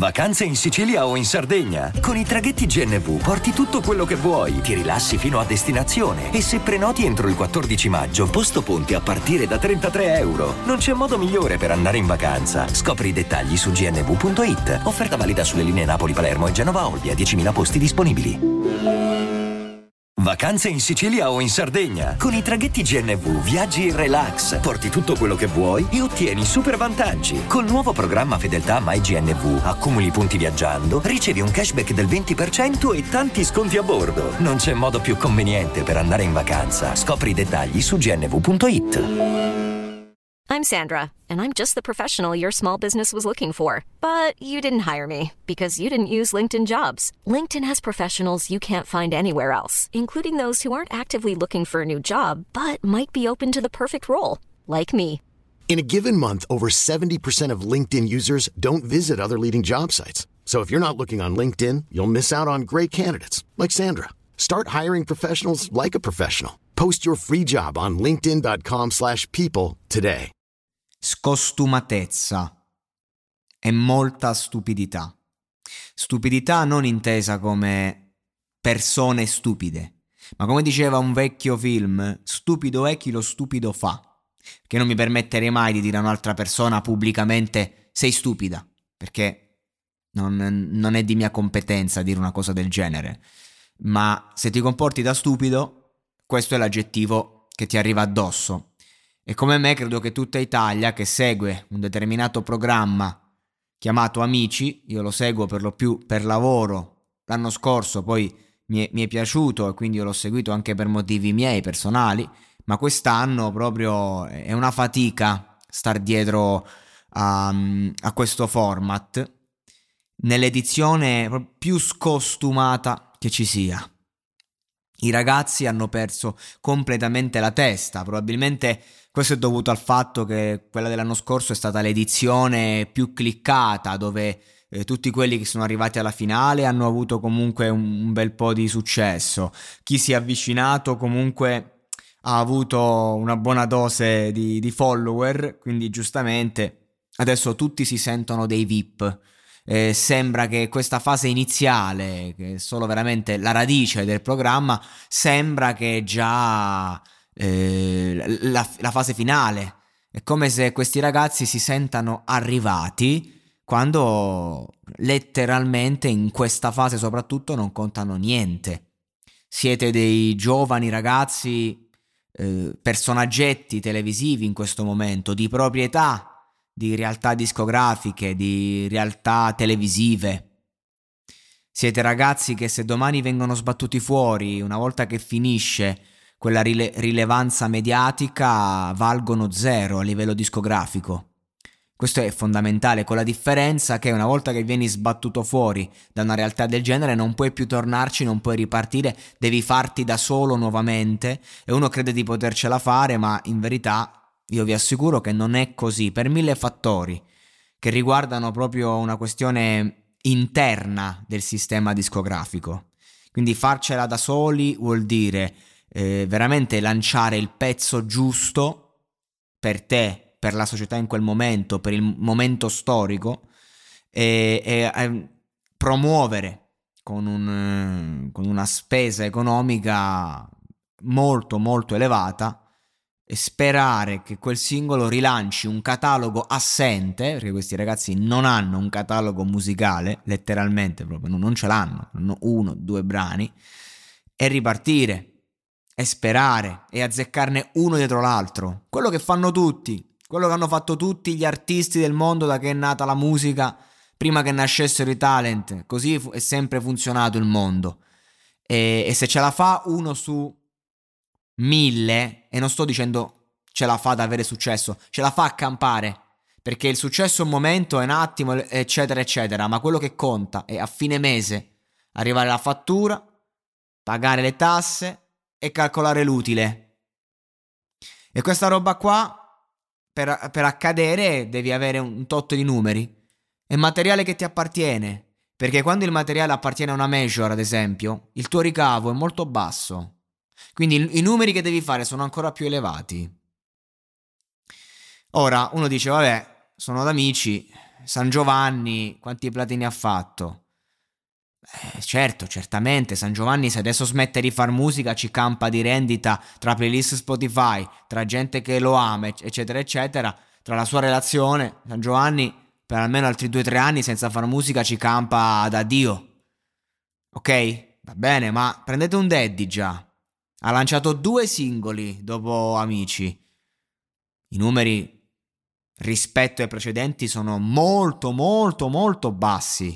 Vacanze in Sicilia o in Sardegna? Con i traghetti GNV porti tutto quello che vuoi, ti rilassi fino a destinazione e se prenoti entro il 14 maggio, posto ponti a partire da €33. Non c'è modo migliore per andare in vacanza. Scopri i dettagli su gnv.it. Offerta valida sulle linee Napoli-Palermo e Genova-Olbia, 10.000 posti disponibili. Vacanze in Sicilia o in Sardegna? Con i traghetti GNV viaggi in relax, porti tutto quello che vuoi e ottieni super vantaggi. Col nuovo programma Fedeltà MyGNV accumuli punti viaggiando, ricevi un cashback del 20% e tanti sconti a bordo. Non c'è modo più conveniente per andare in vacanza. Scopri i dettagli su gnv.it. I'm Sandra, and I'm just the professional your small business was looking for. But you didn't hire me because you didn't use LinkedIn Jobs. LinkedIn has professionals you can't find anywhere else, including those who aren't actively looking for a new job, but might be open to the perfect role, like me. In a given month, over 70% of LinkedIn users don't visit other leading job sites. So if you're not looking on LinkedIn, you'll miss out on great candidates, like Sandra. Start hiring professionals like a professional. Post your free job on linkedin.com/people today. Scostumatezza e molta stupidità. Stupidità non intesa come persone stupide, ma come diceva un vecchio film, stupido è chi lo stupido fa. Che non mi permetterei mai di dire a un'altra persona pubblicamente sei stupida, perché non è di mia competenza dire una cosa del genere. Ma se ti comporti da stupido, questo è l'aggettivo che ti arriva addosso. E come me credo che tutta Italia che segue un determinato programma chiamato Amici, io lo seguo per lo più per lavoro, l'anno scorso poi mi è piaciuto e quindi io l'ho seguito anche per motivi miei personali, ma quest'anno proprio è una fatica star dietro a questo format nell'edizione più scostumata che ci sia. I ragazzi hanno perso completamente la testa, probabilmente questo è dovuto al fatto che quella dell'anno scorso è stata l'edizione più cliccata, dove tutti quelli che sono arrivati alla finale hanno avuto comunque un bel po' di successo. Chi si è avvicinato comunque ha avuto una buona dose di follower, quindi giustamente adesso tutti si sentono dei VIP. Sembra che questa fase iniziale, che è solo veramente la radice del programma, sembra che già la fase finale. È come se questi ragazzi si sentano arrivati quando letteralmente in questa fase soprattutto non contano niente. Siete dei giovani ragazzi, personaggetti televisivi in questo momento, di proprietà di realtà discografiche, di realtà televisive. Siete ragazzi che se domani vengono sbattuti fuori, una volta che finisce quella rilevanza mediatica, valgono zero a livello discografico. Questo è fondamentale, con la differenza che una volta che vieni sbattuto fuori da una realtà del genere non puoi più tornarci, non puoi ripartire, devi farti da solo nuovamente e uno crede di potercela fare, ma in verità io vi assicuro che non è così, per 1000 fattori che riguardano proprio una questione interna del sistema discografico. Quindi farcela da soli vuol dire veramente lanciare il pezzo giusto per te, per la società in quel momento, per il momento storico e promuovere con una spesa economica molto molto elevata e sperare che quel singolo rilanci un catalogo assente, perché questi ragazzi non hanno un catalogo musicale, letteralmente proprio non ce l'hanno, hanno 1-2 brani, e ripartire e sperare e azzeccarne uno dietro l'altro, quello che fanno tutti, quello che hanno fatto tutti gli artisti del mondo da che è nata la musica, prima che nascessero i talent. Così è sempre funzionato il mondo, e se ce la fa uno su 1000, e non sto dicendo ce la fa ad avere successo, ce la fa a campare, perché il successo è un momento, è un attimo, eccetera eccetera, ma quello che conta è a fine mese arrivare alla fattura, pagare le tasse e calcolare l'utile. E questa roba qua per accadere devi avere un tot di numeri. È materiale che ti appartiene, perché quando il materiale appartiene a una major, ad esempio, il tuo ricavo è molto basso, quindi i numeri che devi fare sono ancora più elevati. Ora uno dice vabbè, sono ad Amici, San Giovanni quanti platini ha fatto? Certo, certamente, San Giovanni se adesso smette di far musica ci campa di rendita tra playlist Spotify, tra gente che lo ama, eccetera, eccetera, tra la sua relazione, San Giovanni per almeno altri 2 o 3 anni senza far musica ci campa da Dio. Ok? Va bene, ma prendete un Daddy già. Ha lanciato 2 singoli dopo Amici. I numeri rispetto ai precedenti sono molto, molto, molto bassi.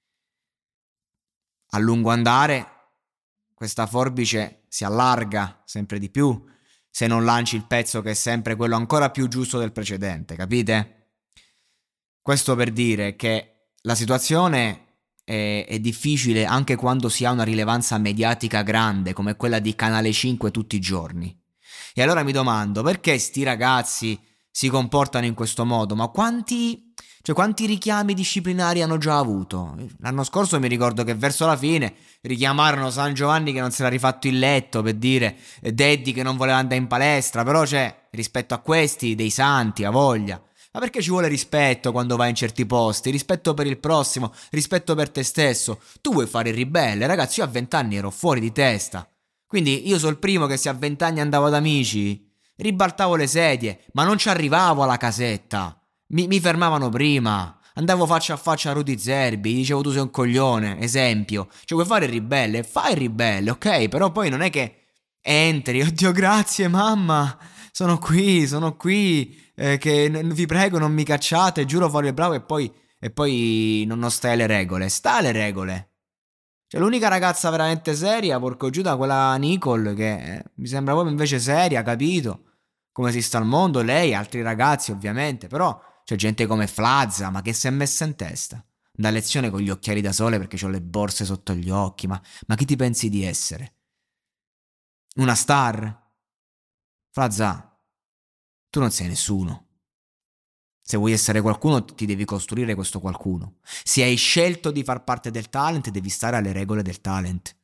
A lungo andare questa forbice si allarga sempre di più se non lanci il pezzo che è sempre quello ancora più giusto del precedente, capite? Questo per dire che la situazione è difficile anche quando si ha una rilevanza mediatica grande come quella di Canale 5 tutti i giorni. E allora mi domando, perché sti ragazzi si comportano in questo modo? Ma quanti richiami disciplinari hanno già avuto? L'anno scorso mi ricordo che verso la fine richiamarono San Giovanni che non si era rifatto il letto, per dire Daddy che non voleva andare in palestra, però rispetto a questi dei santi, a voglia. Ma perché ci vuole rispetto quando vai in certi posti? Rispetto per il prossimo, rispetto per te stesso. Tu vuoi fare il ribelle? Ragazzi, io a 20 anni ero fuori di testa. Quindi io sono il primo che se a 20 anni andavo ad Amici, ribaltavo le sedie, ma non ci arrivavo alla casetta. Mi fermavano prima. Andavo faccia a faccia a Rudy Zerbi, dicevo tu sei un coglione, esempio. Vuoi fare il ribelle? Fai il ribelle, ok? Però poi non è che entri, oddio grazie mamma, sono qui, che vi prego non mi cacciate, giuro fare il bravo e poi non stai alle regole. Sta alle regole. L'unica ragazza veramente seria, porco Giuda, quella Nicole, che mi sembra proprio invece seria, capito? Come si sta al mondo, lei, altri ragazzi ovviamente, però c'è gente come Flazza, ma che si è messa in testa? Da lezione con gli occhiali da sole perché ho le borse sotto gli occhi, ma chi ti pensi di essere? Una star? Flazza, tu non sei nessuno. Se vuoi essere qualcuno ti devi costruire questo qualcuno. Se hai scelto di far parte del talent devi stare alle regole del talent.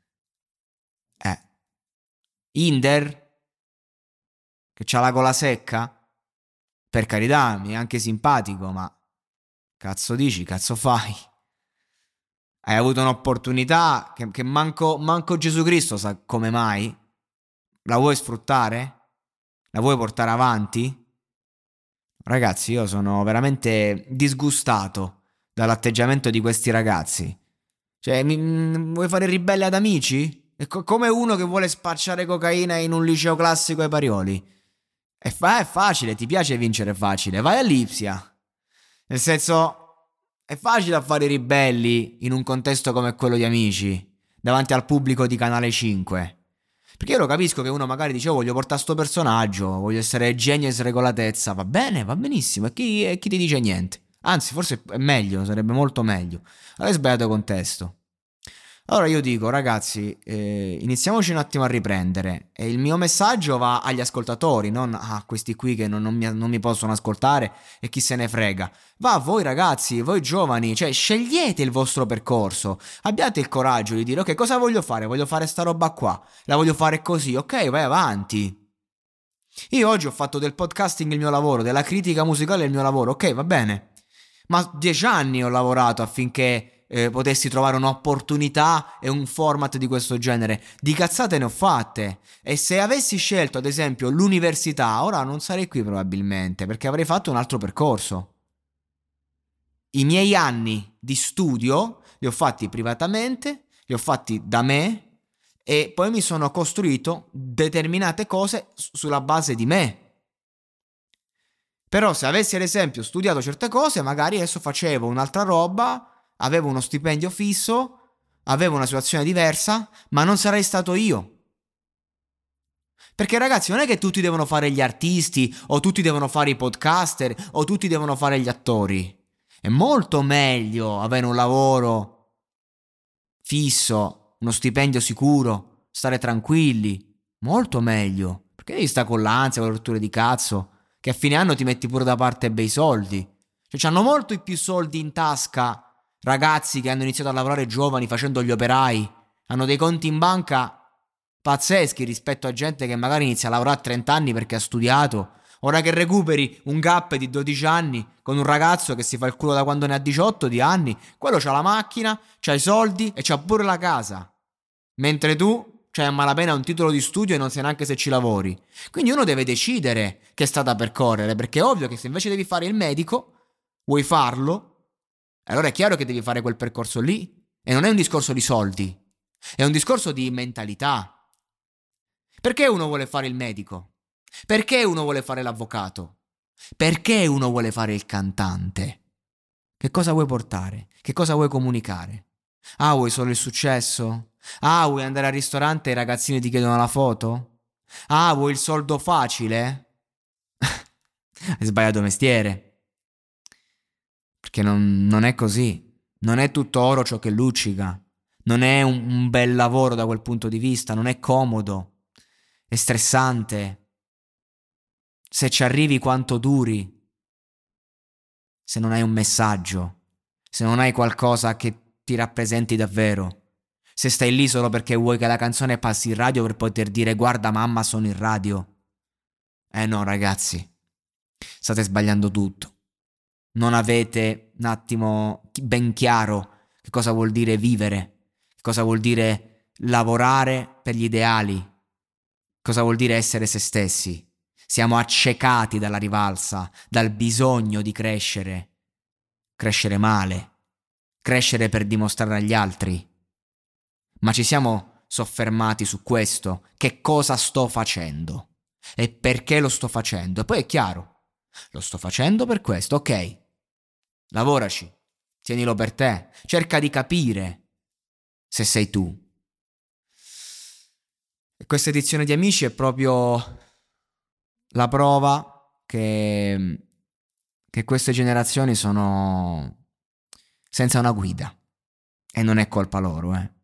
Inder? Che c'ha la gola secca? Per carità, mi è anche simpatico, ma cazzo dici, cazzo fai? Hai avuto un'opportunità che manco Gesù Cristo sa come mai? La vuoi sfruttare? La vuoi portare avanti? Ragazzi, io sono veramente disgustato dall'atteggiamento di questi ragazzi. Vuoi fare ribelle ad Amici? È come uno che vuole spacciare cocaina in un liceo classico ai Parioli. È facile, ti piace vincere facile, vai a Lipsia. Nel senso, è facile a fare i ribelli in un contesto come quello di Amici, davanti al pubblico di Canale 5. Perché io lo capisco che uno magari dice voglio portare sto personaggio, voglio essere genio e sregolatezza, va bene, va benissimo, e chi ti dice niente? Anzi, forse è meglio, sarebbe molto meglio. Allora hai sbagliato contesto. Allora io dico, ragazzi, iniziamoci un attimo a riprendere. E il mio messaggio va agli ascoltatori, non a questi qui che non mi possono ascoltare e chi se ne frega. Va a voi ragazzi, voi giovani, scegliete il vostro percorso. Abbiate il coraggio di dire, ok, cosa voglio fare? Voglio fare sta roba qua, la voglio fare così, ok, vai avanti. Io oggi ho fatto del podcasting il mio lavoro, della critica musicale il mio lavoro, ok, va bene. Ma 10 anni ho lavorato affinché potessi trovare un'opportunità e un format di questo genere. Di cazzate ne ho fatte. E se avessi scelto ad esempio l'università, ora non sarei qui probabilmente, perché avrei fatto un altro percorso. I miei anni di studio li ho fatti privatamente, li ho fatti da me e poi mi sono costruito determinate cose sulla base di me. Però se avessi ad esempio studiato certe cose, magari adesso facevo un'altra roba, avevo uno stipendio fisso, avevo una situazione diversa, ma non sarei stato io. Perché ragazzi, non è che tutti devono fare gli artisti, o tutti devono fare i podcaster, o tutti devono fare gli attori. È molto meglio avere un lavoro fisso, uno stipendio sicuro, stare tranquilli. Molto meglio. Perché devi stare con l'ansia, con le rotture di cazzo, che a fine anno ti metti pure da parte bei soldi. C'hanno molto più soldi in tasca ragazzi che hanno iniziato a lavorare giovani facendo gli operai, hanno dei conti in banca pazzeschi rispetto a gente che magari inizia a lavorare a 30 anni perché ha studiato Ora che recuperi un gap di 12 anni con un ragazzo che si fa il culo da quando ne ha 18 di anni, quello c'ha la macchina, c'ha i soldi e c'ha pure la casa. Mentre tu c'hai a malapena un titolo di studio e non sai neanche se ci lavori. Quindi uno deve decidere che strada percorrere, perché è ovvio che se invece devi fare il medico, vuoi farlo, allora è chiaro che devi fare quel percorso lì. E non è un discorso di soldi, è un discorso di mentalità. Perché uno vuole fare il medico? Perché uno vuole fare l'avvocato? Perché uno vuole fare il cantante? Che cosa vuoi portare? Che cosa vuoi comunicare? Ah, vuoi solo il successo? Ah, vuoi andare al ristorante e i ragazzini ti chiedono la foto? Ah, vuoi il soldo facile? Hai sbagliato mestiere. Perché non è così. Non è tutto oro ciò che luccica. Non è un bel lavoro da quel punto di vista. Non è comodo. È stressante. Se ci arrivi quanto duri, se non hai un messaggio, se non hai qualcosa che ti rappresenti davvero, se stai lì solo perché vuoi che la canzone passi in radio per poter dire guarda mamma sono in radio. No ragazzi, state sbagliando tutto. Non avete un attimo ben chiaro che cosa vuol dire vivere, che cosa vuol dire lavorare per gli ideali, cosa vuol dire essere se stessi. Siamo accecati dalla rivalsa, dal bisogno di crescere. Crescere male. Crescere per dimostrare agli altri. Ma ci siamo soffermati su questo. Che cosa sto facendo? E perché lo sto facendo? E poi è chiaro. Lo sto facendo per questo, ok. Lavoraci. Tienilo per te. Cerca di capire se sei tu. E questa edizione di Amici è proprio la prova che queste generazioni sono senza una guida. E non è colpa loro,